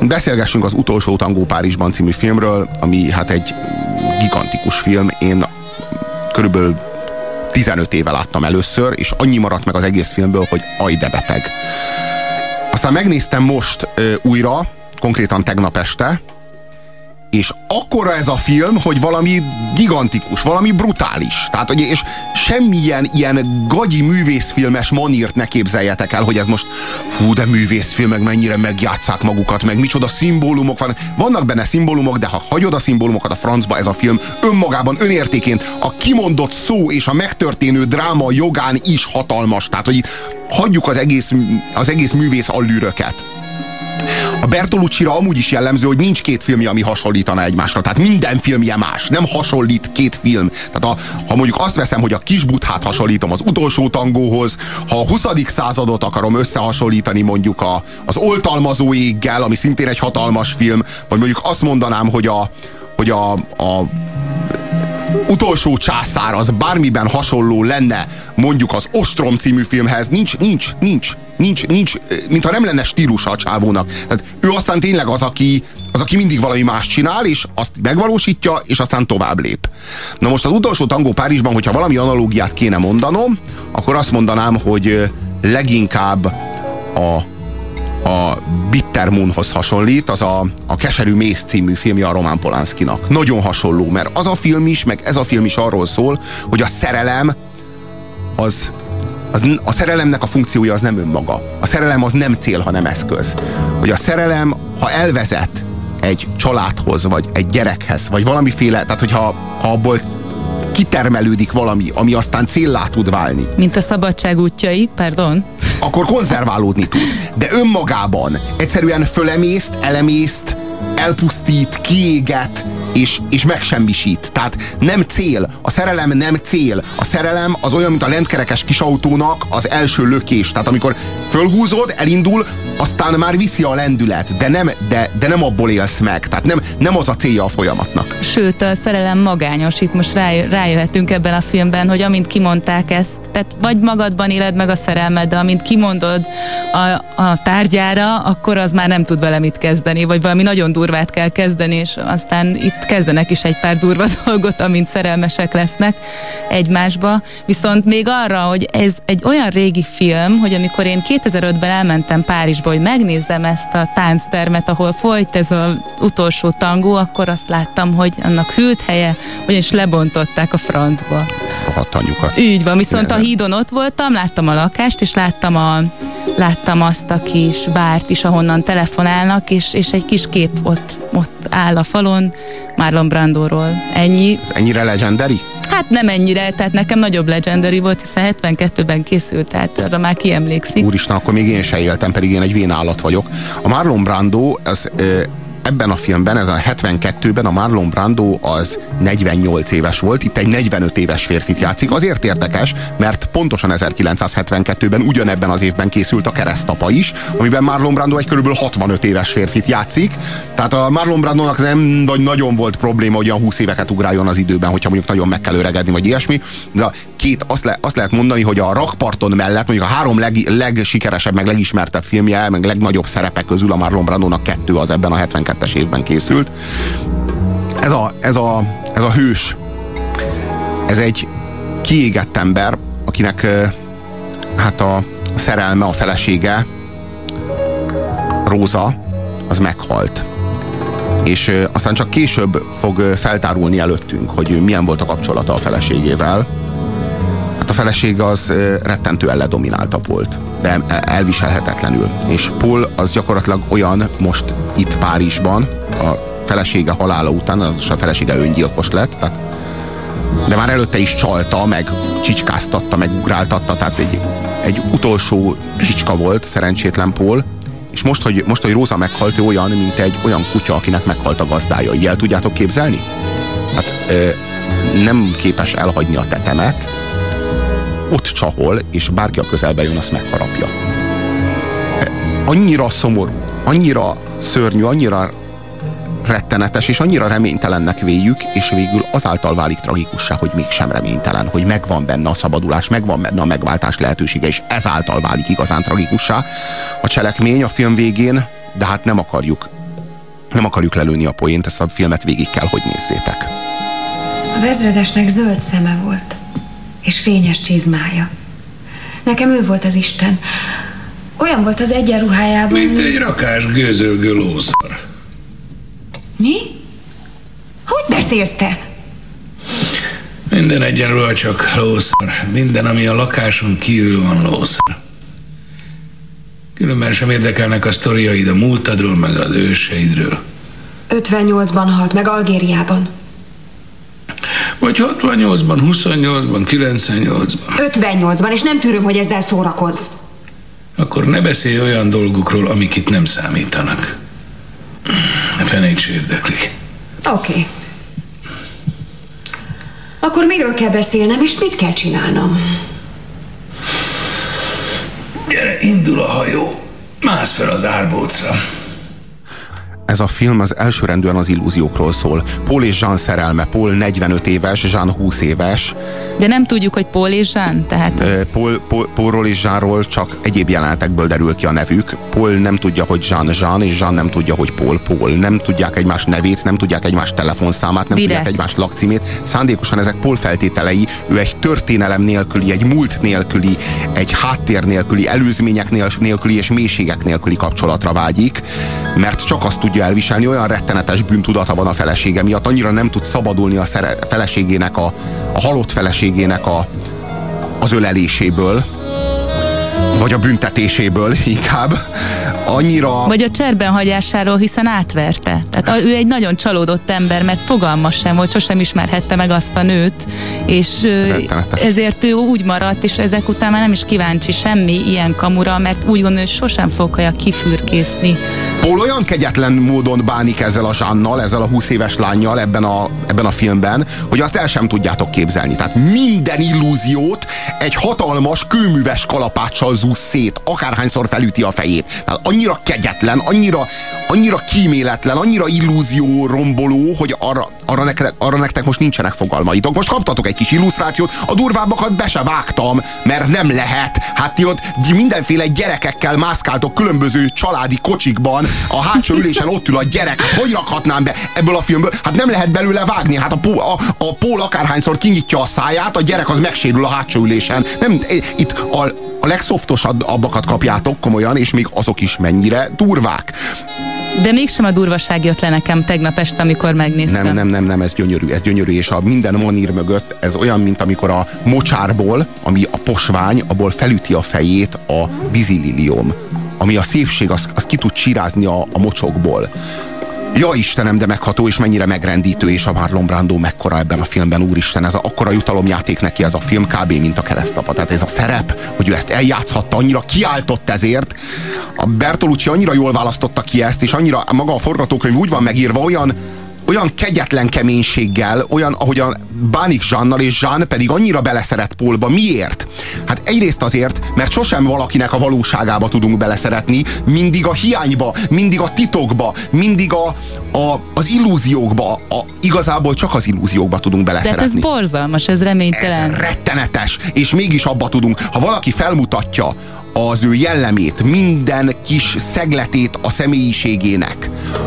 Beszélgessünk az Utolsó tangó Párizsban című filmről, ami hát egy gigantikus film. Én körülbelül 15 éve láttam először, és annyi maradt meg az egész filmből, hogy aj de beteg. Aztán megnéztem most újra, konkrétan tegnap este, és akkora ez a film, hogy valami gigantikus, valami brutális. Tehát, hogy és semmilyen ilyen gagyi művészfilmes manírt ne képzeljetek el, hogy ez most hú, de művészfilm, meg mennyire megjátsszák magukat, meg micsoda szimbólumok van. Vannak benne szimbólumok, de ha hagyod a szimbólumokat a francba, ez a film önmagában, önértéként a kimondott szó és a megtörténő dráma jogán is hatalmas. Tehát, hogy itt hagyjuk az egész művész allűröket. A Bertolucci-ra amúgy is jellemző, hogy nincs két filmje, ami hasonlítana egymásra. Tehát minden filmje más. Nem hasonlít két film. Tehát ha mondjuk azt veszem, hogy a Kisbuthát hasonlítom az Utolsó tangóhoz, ha a 20. századot akarom összehasonlítani mondjuk az Oltalmazó éggel, ami szintén egy hatalmas film, vagy mondjuk azt mondanám, hogy a Utolsó császár az bármiben hasonló lenne mondjuk az Ostrom című filmhez, nincs, mintha nem lenne stílusa a csávónak. Tehát ő aztán tényleg az, aki mindig valami más csinál, és azt megvalósítja, és aztán tovább lép. Na most az Utolsó tangó Párizsban, hogyha valami analógiát kéne mondanom, akkor azt mondanám, hogy leginkább a Bitter Moonhoz hasonlít, az a Keserű méz című filmje a Roman Polanskinak. Nagyon hasonló, mert az a film is, meg ez a film is arról szól, hogy a szerelem a szerelemnek a funkciója az nem önmaga. A szerelem az nem cél, hanem eszköz. Hogy a szerelem, ha elvezet egy családhoz, vagy egy gyerekhez, vagy valamiféle, tehát hogyha abból kitermelődik valami, ami aztán céllá tud válni. Mint a Szabadság útjai, pardon. Akkor konzerválódni tud. De önmagában egyszerűen fölemészt, elemészt, elpusztít, kiéget, és megsemmisít. Tehát nem cél. A szerelem nem cél. A szerelem az olyan, mint a lentkerekes kisautónak az első lökés. Tehát amikor fölhúzod, elindul, aztán már viszi a lendület. De nem abból élsz meg. Tehát nem az a célja a folyamatnak. Sőt, a szerelem magányos. Itt most rájöhetünk ebben a filmben, hogy amint kimondták ezt, tehát vagy magadban éled meg a szerelmed, de amint kimondod a tárgyára, akkor az már nem tud vele mit kezdeni, vagy valami nagyon durvát kell kezdeni, és aztán itt kezdenek is egy pár durva dolgot, amint szerelmesek lesznek egymásba. Viszont még arra, hogy ez egy olyan régi film, hogy amikor én 2005-ben elmentem Párizsba, hogy megnézzem ezt a tánctermet, ahol folyt ez az Utolsó tangó, akkor azt láttam, hogy annak hűlt helye, ugyanis lebontották a francba. Rohadt anyukat. Így van, viszont a hídon ott voltam, láttam a lakást, és láttam azt a kis bárt is, ahonnan telefonálnak, és egy kis kép ott áll a falon Marlon Brandóról. Ennyi. Ez ennyire legendary? Hát nem ennyire, tehát nekem nagyobb legendary volt, hiszen 72-ben készült, tehát arra már kiemlékszik. Úristen, akkor még én se éltem, pedig én egy vénállat vagyok. A Marlon Brando, ebben a filmben, ezen a 72-ben a Marlon Brando az 48 éves volt, itt egy 45 éves férfit játszik. Azért érdekes, mert pontosan 1972-ben ugyanebben az évben készült a Keresztapa is, amiben Marlon Brando egy körülbelül 65 éves férfit játszik. Tehát a Marlon Brandónak nem vagy nagyon volt probléma, hogy olyan 20 éveket ugráljon az időben, hogyha mondjuk nagyon meg kell öregedni, vagy ilyesmi. De azt lehet mondani, hogy a Rakparton mellett mondjuk a három legsikeresebb, meg legismertebb filmje, meg legnagyobb szerepek közül a Marlon Brandónak 2 az ebben a 72-es évben készült. Ez a hős, ez egy kiégett ember, akinek hát a szerelme, a felesége, Róza, az meghalt. És aztán csak később fog feltárulni előttünk, hogy milyen volt a kapcsolata a feleségével. Hát a feleség az rettentően ledominálta Pault, de elviselhetetlenül. És Paul az gyakorlatilag olyan most itt Párizsban, a felesége halála után, a felesége öngyilkos lett, tehát, de már előtte is csalta, meg csicskáztatta, meg ugráltatta, tehát egy utolsó csicska volt, szerencsétlen Paul. És most, hogy Róza meghalt, ő olyan, mint egy olyan kutya, akinek meghalt a gazdája. Így el tudjátok képzelni? Hát nem képes elhagyni a tetemet, ott csahol, és bárki a közelbe jön, azt megharapja. Annyira szomorú, annyira szörnyű, annyira rettenetes, és annyira reménytelennek véljük, és végül azáltal válik tragikussá, hogy mégsem reménytelen, hogy megvan benne a szabadulás, megvan benne a megváltás lehetősége, és ezáltal válik igazán tragikussá a cselekmény a film végén, de hát nem akarjuk Nem akarjuk lelőni a poént, ezt a filmet végig kell, hogy nézzétek. Az ezredesnek zöld szeme volt, és fényes csizmája. Nekem ő volt az Isten. Olyan volt az egyenruhájában... Mint egy rakás gőzölgő lószar. Mi? Hogy beszélsz te? Minden egyenruha csak lószar. Minden, ami a lakáson kívül van, lószar. Különben sem érdekelnek a sztoriaid a múltadról, meg az őseidről. 58-ban halt meg Algériában. Vagy 68-ban, 28-ban, 98-ban. 58-ban, és nem tűröm, hogy ezzel szórakozz. Akkor ne beszélj olyan dolgokról, amik itt nem számítanak. A fenék se érdeklik. Oké. Akkor miről kell beszélnem, és mit kell csinálnom? Gyere, indul a hajó. Mász fel az árbócra. Ez a film az elsőrendűen az illúziókról szól. Paul és Jean szerelme. Paul 45 éves, Jean 20 éves. De nem tudjuk, hogy Paul és Jean? Tehát ez... Paulról és Jeanról csak egyéb jelenetekből derül ki a nevük. Paul nem tudja, hogy Jean, és Jean nem tudja, hogy Paul. Nem tudják egymás nevét, nem tudják egymás telefonszámát, nem tudják egymás lakcímét. Szándékosan ezek Paul feltételei. Ő egy történelem nélküli, egy múlt nélküli, egy háttér nélküli, előzmények nélküli és mélységek nélküli kapcsolatra vágyik, mert csak azt tudja elviselni, olyan rettenetes bűntudata van a felesége miatt, annyira nem tud szabadulni a feleségének, a halott feleségének az öleléséből, vagy a büntetéséből inkább. Annyira... Vagy a cserben hagyásáról, hiszen átverte. Tehát ő egy nagyon csalódott ember, mert fogalma sem volt, sosem ismerhette meg azt a nőt, és ezért ő úgy maradt, és ezek után már nem is kíváncsi semmi ilyen kamura, mert úgy gondolja, hogy sosem fogja kifürkészni. Paul olyan kegyetlen módon bánik ezzel a Jeannal, ezzel a 20 éves lánnyal ebben a filmben, hogy azt el sem tudjátok képzelni. Tehát minden illúziót egy hatalmas, kőműves kalapáccsal zúz szét, akárhányszor felüti a fejét. Tehát annyira kegyetlen, annyira kíméletlen, annyira illúzió romboló, hogy arra nektek most nincsenek fogalmaitok. Most kaptatok egy kis illusztrációt, a durvábbakat be se vágtam, mert nem lehet. Hát ti ott mindenféle gyerekekkel mászkáltok különböző családi kocsikban, a hátsó ülésen ott ül a gyerek, hát hogy rakhatnám be ebből a filmből? Hát nem lehet belőle vágni, hát a Paul akárhányszor kinyitja a száját, a gyerek az megsérül a hátsó ülésen. Nem, itt a legszoftosabbak kapjátok komolyan, és még azok is mennyire durvák. De mégsem a durvaság jött le nekem tegnap este, amikor megnéztem. Nem, ez gyönyörű, és a minden manír mögött ez olyan, mint amikor a mocsárból, ami a posvány, abból felüti a fejét a vízililium, ami a szépség, az ki tud csirázni a mocsokból. Ja Istenem, de megható, és mennyire megrendítő, és a Marlon Brando mekkora ebben a filmben, úristen, ez akkora jutalomjáték neki ez a film, kb. Mint a Keresztapa. Tehát ez a szerep, hogy ő ezt eljátszhatta, annyira kiáltott ezért. A Bertolucci annyira jól választotta ki ezt, és annyira maga a forgatókönyv úgy van megírva, olyan kegyetlen keménységgel, olyan, ahogyan bánik Jeannal, és Jean pedig annyira beleszeret Paulba. Miért? Hát egyrészt azért, mert sosem valakinek a valóságába tudunk beleszeretni, mindig a hiányba, mindig a titokba, mindig az illúziókba, igazából csak az illúziókba tudunk beleszeretni. De ez borzalmas, ez reménytelen. Ez rettenetes, és mégis abba tudunk. Ha valaki felmutatja az ő jellemét, minden kis szegletét a személyiségének,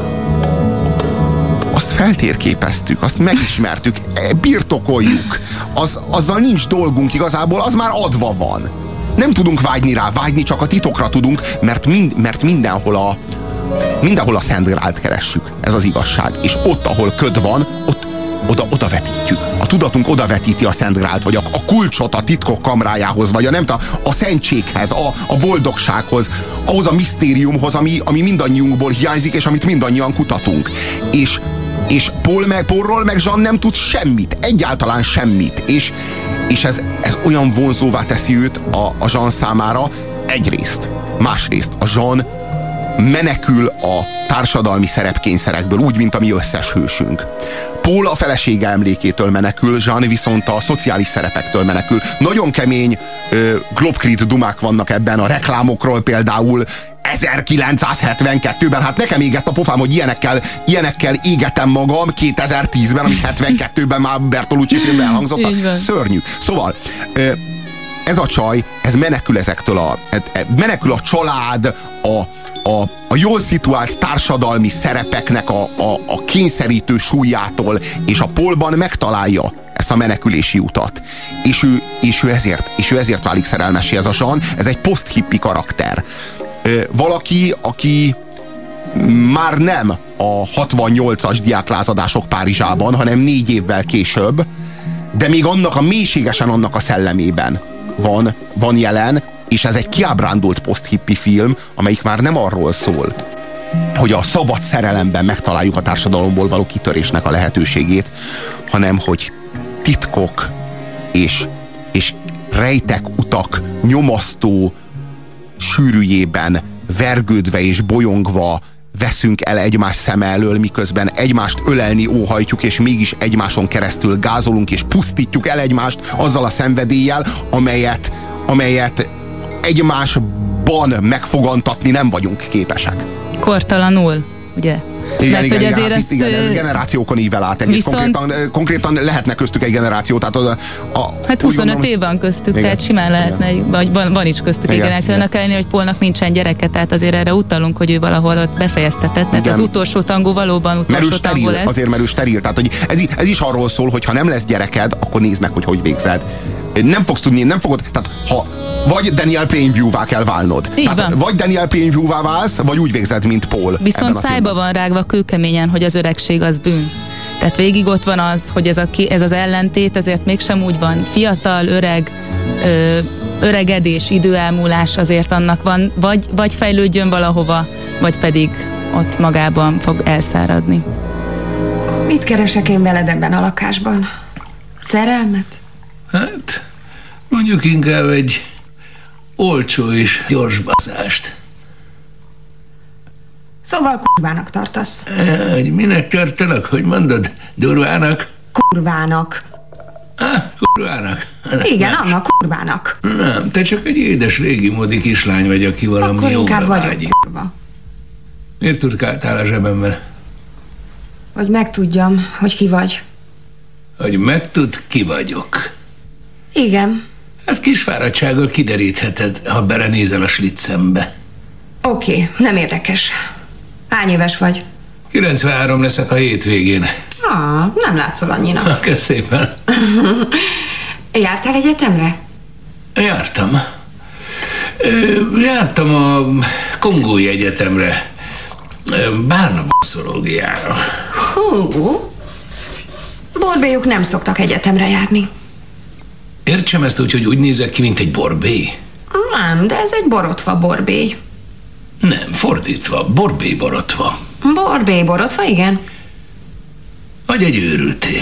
azt feltérképeztük, azt megismertük, birtokoljuk, azzal nincs dolgunk igazából, az már adva van. Nem tudunk vágyni rá, vágyni csak a titokra tudunk, mert mindenhol a Szent Grált keressük. Ez az igazság. És ott, ahol köd van, oda vetítjük. A tudatunk oda vetíti a Szent Grált, vagy a kulcsot a titkok kamrájához, vagy a szentséghez, a boldogsághoz, ahhoz a misztériumhoz, ami mindannyiunkból hiányzik, és amit mindannyian kutatunk. És Paulról meg Jean nem tud semmit, egyáltalán semmit, és ez olyan vonzóvá teszi őt a Jean számára egyrészt. Másrészt a Jean menekül a társadalmi szerepkényszerekből, úgy, mint a mi összes hősünk. Paul a felesége emlékétől menekül, Jean viszont a szociális szerepektől menekül. Nagyon kemény globkrit dumák vannak ebben, a reklámokról például 1972-ben, hát nekem égett a pofám, hogy ilyenekkel égetem magam 2010-ben, ami 72-ben már Bertolucci filmben elhangzottak. Szörnyű. Szóval ez a csaj, ez menekül ezektől menekül a család, a jól szituált társadalmi szerepeknek a kényszerítő súlyától, és a Paulban megtalálja ezt a menekülési utat. És ő ezért válik szerelmessé ez a Jean. Ez egy post-hippi karakter. Valaki, aki már nem a 68-as diáklázadások Párizsában, hanem 4 évvel később, de még mélységesen annak a szellemében van jelen, és ez egy kiábrándult post-hippi film, amelyik már nem arról szól, hogy a szabad szerelemben megtaláljuk a társadalomból való kitörésnek a lehetőségét, hanem hogy titkok és rejtek utak nyomasztó sűrűjében vergődve és bolyongva veszünk el egymás szeme elől, miközben egymást ölelni óhajtjuk, és mégis egymáson keresztül gázolunk, és pusztítjuk el egymást azzal a szenvedéllyel, amelyet egymásban megfogantatni nem vagyunk képesek. Kortalanul, ugye? Igen, ez generációkon ível át. Konkrétan lehetne köztük egy generáció. Tehát hát 25 év van köztük, igen, tehát simán lehetne, vagy van is köztük egy generáció. Annak ellenére, hogy Paulnak nincsen gyereke, tehát azért erre utalunk, hogy ő valahol ott befejeztetett. Tehát az utolsó tangó valóban utolsó tangó lesz. Azért merő steril. Tehát hogy ez is arról szól, hogy ha nem lesz gyereked, akkor nézd meg, hogy végzed. Nem fogod, tehát ha vagy Daniel Plainview-vá kell válnod. Tehát vagy Daniel Plainview-vá válsz, vagy úgy végzed, mint Paul. Viszont szájba van rágva kőkeményen, hogy az öregség az bűn. Tehát végig ott van az, hogy ez az ellentét, ezért mégsem úgy van. Fiatal, öreg, öregedés, időelmúlás azért annak van, vagy fejlődjön valahova, vagy pedig ott magában fog elszáradni. Mit keresek én veled ebben a lakásban? Szerelmet? Hát, mondjuk inkább egy olcsó és gyors baszást. Szóval kurvának tartasz. Hogy minek tartanak? Hogy mondod? Durvának? Kurvának. Kurvának? Igen, annak kurvának. Nem, te csak egy édes régi módi kislány vagy, aki valami akkor jóra inkább vagyok vágyik. kurva. Miért turkáltál a zsebemben? Hogy megtudjam, hogy ki vagy. Hogy megtudd, ki vagyok. Igen. Hát kis fáradtsággal kiderítheted, ha belenézel a slitzembe. Oké, nem érdekes. Hány éves vagy? 93 leszek a hétvégén. Nem látszol annyinak. Kösz szépen. Jártál egyetemre? Jártam. Jártam a Kongói Egyetemre. Bárnabosszológiára. Hú. Borbélyok nem szoktak egyetemre járni. Értsem ezt úgy, hogy úgy nézek ki, mint egy borbély? Nem, de ez egy borotva borbély. Nem, fordítva, borbély borotva. Borbély borotva, igen. Vagy egy őrülté.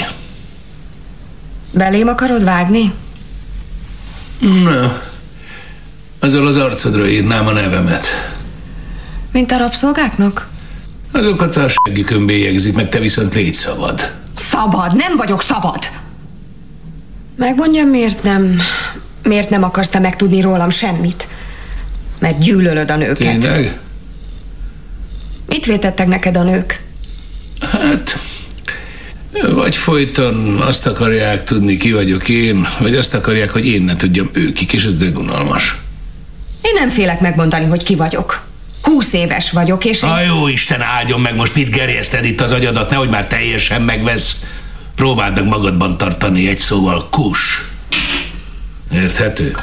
Belém akarod vágni? Na, azzal az arcodra írnám a nevemet. Mint a rabszolgáknak? Azokat a seggükön bélyegzik, meg te viszont légy szabad. Szabad, nem vagyok szabad! Megmondjam, miért nem akarsz te megtudni rólam semmit? Mert gyűlölöd a nőket. Tényleg? Mit vétettek neked a nők? Hát, vagy folyton azt akarják tudni, ki vagyok én, vagy azt akarják, hogy én ne tudjam őkik, és ez dögunalmas. Én nem félek megmondani, hogy ki vagyok. 20 éves vagyok, és A jó Isten áldjon meg, most mit gerjeszted itt az agyadat, nehogy már teljesen megvesz. Próbáld meg magadban tartani, egy szóval kus. Érthető?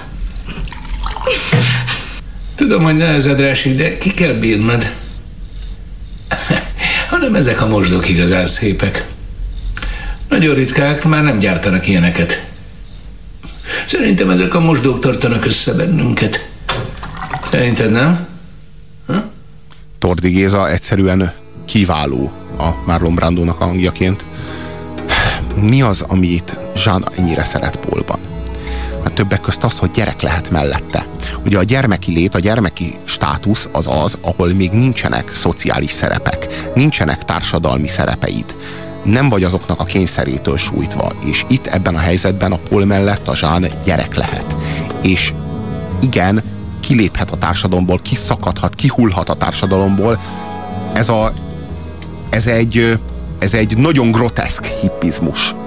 Tudom, hogy nehezedre esik, de ki kell bírnod. Hanem ezek a mosdók igazán szépek. Nagyon ritkák, már nem gyártanak ilyeneket. Szerintem ezek a mosdók tartanak össze bennünket. Szerinted nem? Tordi Géza egyszerűen kiváló a Marlon Brandónak a hangjaként. Mi az, amit Jean ennyire szeret Paulban? Hát többek közt az, hogy gyerek lehet mellette. Ugye a gyermeki lét, a gyermeki státusz az, ahol még nincsenek szociális szerepek, nincsenek társadalmi szerepeid. Nem vagy azoknak a kényszerétől sújtva. És itt ebben a helyzetben a Paul mellett a Jean gyerek lehet. És igen, kiléphet a társadalomból, kiszakadhat, kihullhat a társadalomból. Ez egy nagyon groteszk hippizmus.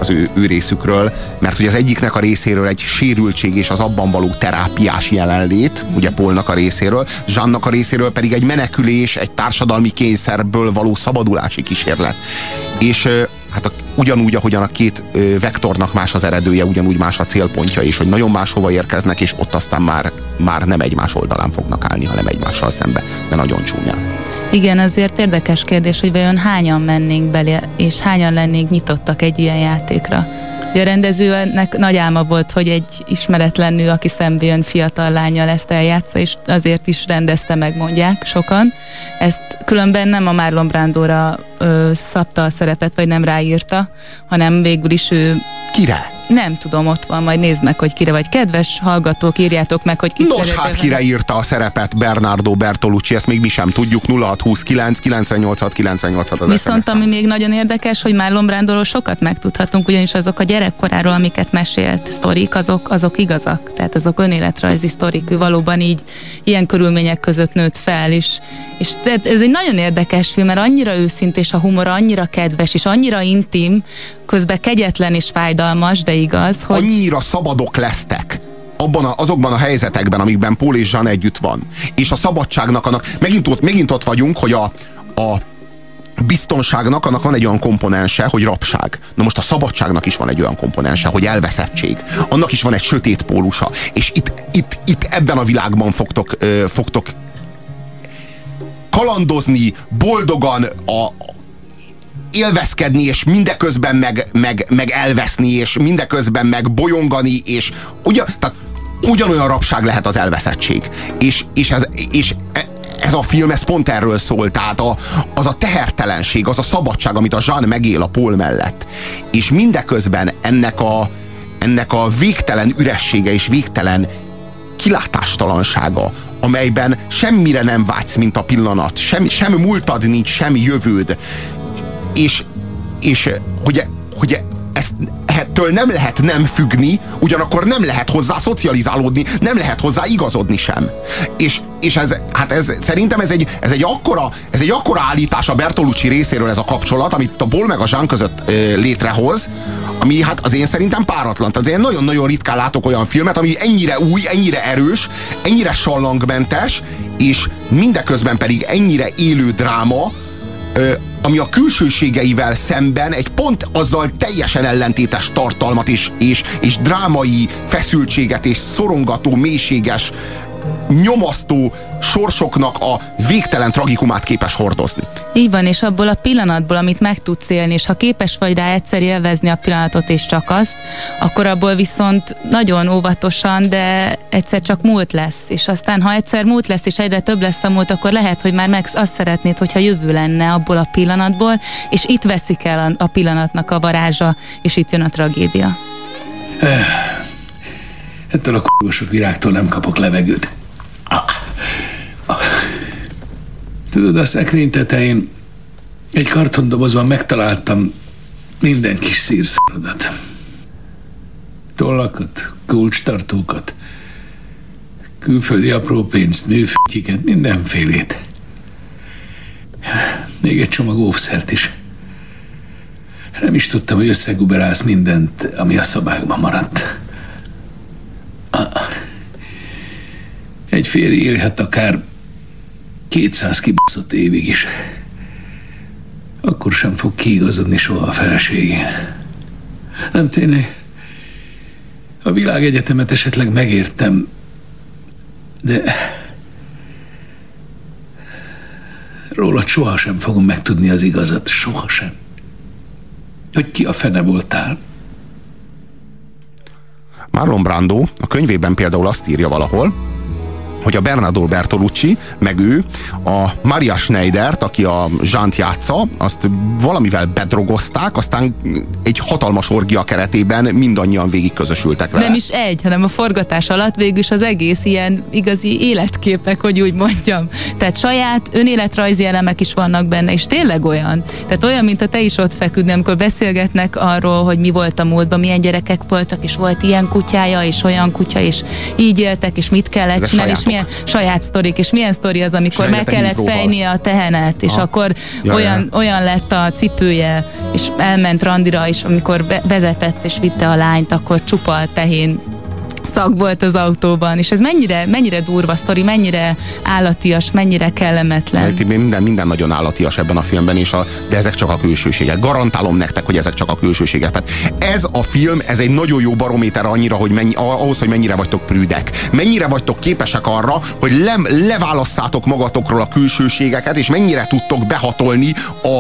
az ő részükről, mert hogy az egyiknek a részéről egy sérültség és az abban való terápiás jelenlét, ugye Paulnak a részéről, Jeanne-nak a részéről pedig egy menekülés, egy társadalmi kényszerből való szabadulási kísérlet. És hát ugyanúgy, ahogyan a két vektornak más az eredője, ugyanúgy más a célpontja, és hogy nagyon máshova érkeznek, és ott aztán már nem egymás oldalán fognak állni, hanem egymással szembe, de nagyon csúnyán. Igen, azért érdekes kérdés, hogy vajon hányan mennénk bele, és hányan lennénk nyitottak egy ilyen játékra. A rendezőnek nagy álma volt, hogy egy ismeretlen nő, aki szembe jön fiatal lánnyal, ezt eljátsza, és azért is rendezte meg, mondják sokan. Ezt különben nem a Marlon Brandóra szabta a szerepet, vagy nem ráírta, hanem végül is ő... Kire? Nem tudom, ott van, majd nézd meg, hogy kire vagy. Kedves hallgatók, írjátok meg, hogy kit Nos, hát kire írta a szerepet Bernardo Bertolucci, ezt még mi sem tudjuk, 0629 986 986 az Viszont SMS-szám. ami még nagyon érdekes, hogy Marlon Brandóról sokat megtudhatunk, ugyanis azok a gyerekkoráról, amiket mesélt sztorik, azok igazak. Tehát azok önéletrajzi sztorik, ő valóban így ilyen körülmények között nőtt fel, és ez egy nagyon érdekes film, mert annyira őszintén, a humora annyira kedves, és annyira intim, közben kegyetlen és fájdalmas, de igaz, hogy... Annyira szabadok lesztek azokban a helyzetekben, amikben Paul és Jeanne együtt van. És a szabadságnak, megint ott vagyunk, hogy a biztonságnak annak van egy olyan komponense, hogy rabság. Na most a szabadságnak is van egy olyan komponense, hogy elveszettség. Annak is van egy sötét pólusa. És itt ebben a világban fogtok kalandozni, boldogan élvezkedni, és mindeközben meg elveszni, és mindeközben meg bolyongani, és ugyanolyan rabság lehet az elveszettség. És ez a film, ez pont erről szól, tehát az a tehertelenség, az a szabadság, amit a Jeanne megél a Paul mellett. És mindeközben ennek a végtelen üressége és végtelen kilátástalansága, amelyben semmire nem vágysz, mint a pillanat, sem múltad nincs, sem jövőd, és hogy ettől nem lehet nem függni, ugyanakkor nem lehet hozzá szocializálódni, nem lehet hozzá igazodni sem. És ez szerintem ez egy akkora állítás a Bertolucci részéről, ez a kapcsolat, amit a Paul meg a Jeanne között létrehoz, ami hát az én szerintem páratlan. Azért nagyon-nagyon ritkán látok olyan filmet, ami ennyire új, ennyire erős, ennyire sallangmentes, és mindeközben pedig ennyire élő dráma, ami a külsőségeivel szemben egy pont azzal teljesen ellentétes tartalmat és drámai feszültséget és szorongató, mélységes, nyomasztó sorsoknak a végtelen tragikumát képes hordozni. Így van, és abból a pillanatból, amit meg tudsz élni, és ha képes vagy rá egyszer élvezni a pillanatot és csak azt, akkor abból viszont nagyon óvatosan, de egyszer csak múlt lesz. És aztán, ha egyszer múlt lesz, és egyre több lesz a múlt, akkor lehet, hogy már azt szeretnéd, hogyha jövő lenne abból a pillanatból, és itt veszik el a pillanatnak a varázsa, és itt jön a tragédia. Ettől a k***os virágtól nem kapok levegőt. Tudod, a szekrény tetején egy kartondobozban megtaláltam minden kis szírszaradat. Tollakat, kulcstartókat, külföldi apró pénzt, nőfütyiket, mindenfélét. Még egy csomag óvszert is. Nem is tudtam, hogy összeguberálsz mindent, ami a szobákban maradt. Egy férj élhet akár 200 kibaszott évig is. Akkor sem fog kiigazodni soha a feleségén. Nem tényleg. A világegyetemet esetleg megértem, de rólad sohasem fogom megtudni az igazat. Sohasem. Hogy ki a fene voltál. Marlon Brando a könyvében például azt írja valahol, hogy a Bernardo Bertolucci, meg ő, a Maria Schneidert, aki a Jeanne-t játsza, azt valamivel bedrogozták, aztán egy hatalmas orgia keretében mindannyian végig közösültek vele. Nem is egy, hanem a forgatás alatt végülis az egész ilyen igazi életképek, hogy úgy mondjam. Tehát saját önéletrajzi elemek is vannak benne, és tényleg olyan. Tehát olyan, mint a te is ott feküdni, amikor beszélgetnek arról, hogy mi volt a múltban, milyen gyerekek voltak, és volt ilyen kutyája, és olyan kutya, és így éltek, és mit kellett csinálni, és milyen saját sztorik, és milyen sztori az, amikor meg kellett fejnie a tehenet, és akkor olyan lett a cipője, és elment randira, és amikor vezetett és vitte a lányt, akkor csupa tehén szag volt az autóban, és ez mennyire durva sztori, mennyire állatias, mennyire kellemetlen. Minden nagyon állatias ebben a filmben, de ezek csak a külsőségek. Garantálom nektek, hogy ezek csak a külsőségek. Tehát ez a film, ez egy nagyon jó barométer annyira, hogy ahhoz, hogy mennyire vagytok prűdek. Mennyire vagytok képesek arra, hogy leválasszátok magatokról a külsőségeket, és mennyire tudtok behatolni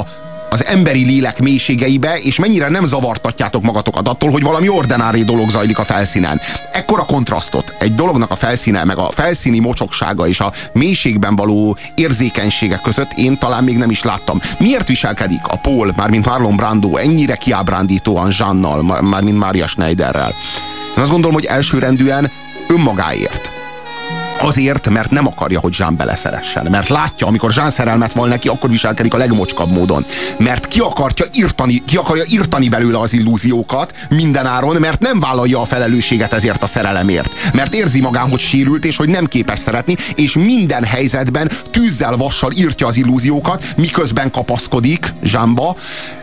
az emberi lélek mélységeibe, és mennyire nem zavartatjátok magatokat attól, hogy valami ordinári dolog zajlik a felszínen. Ekkora kontrasztot egy dolognak a felszíne, meg a felszíni mocsoksága és a mélységben való érzékenységek között én talán még nem is láttam. Miért viselkedik a Paul, mármint Marlon Brando ennyire kiábrándítóan Jeannal, mármint Maria Schneiderrel? Én azt gondolom, hogy elsőrendűen önmagáért. Azért, mert nem akarja, hogy Jean beleszeressen. Mert látja, amikor Jean szerelmet val neki, akkor viselkedik a legmocskabb módon. Mert ki akarja írtani belőle az illúziókat mindenáron, mert nem vállalja a felelősséget ezért a szerelemért. Mert érzi magán, hogy sérült, és hogy nem képes szeretni, és minden helyzetben tűzzel, vassal írtja az illúziókat, miközben kapaszkodik Jeanba.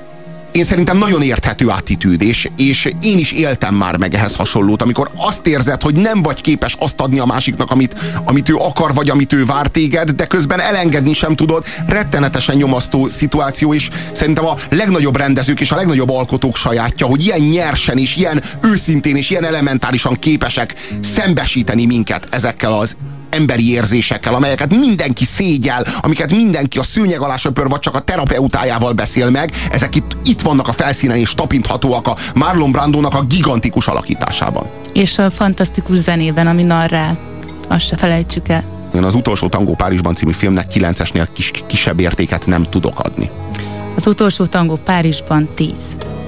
Én szerintem nagyon érthető attitűd, és én is éltem már meg ehhez hasonlót, amikor azt érzed, hogy nem vagy képes azt adni a másiknak, amit ő akar, vagy amit ő vár téged, de közben elengedni sem tudod. Rettenetesen nyomasztó szituáció, és szerintem a legnagyobb rendezők és a legnagyobb alkotók sajátja, hogy ilyen nyersen és ilyen őszintén és ilyen elementárisan képesek szembesíteni minket ezekkel az emberi érzésekkel, amelyeket mindenki szégyel, amiket mindenki a szőnyeg alá söpör, vagy csak a terapeutájával beszél meg, ezek itt vannak a felszínen, és tapinthatóak a Marlon Brandónak a gigantikus alakításában. És a fantasztikus zenében, ami narrál. Azt se felejtsük el. Én az Utolsó tangó Párizsban című filmnek 9-esnél kisebb értéket nem tudok adni. Az Utolsó tangó Párizsban 10.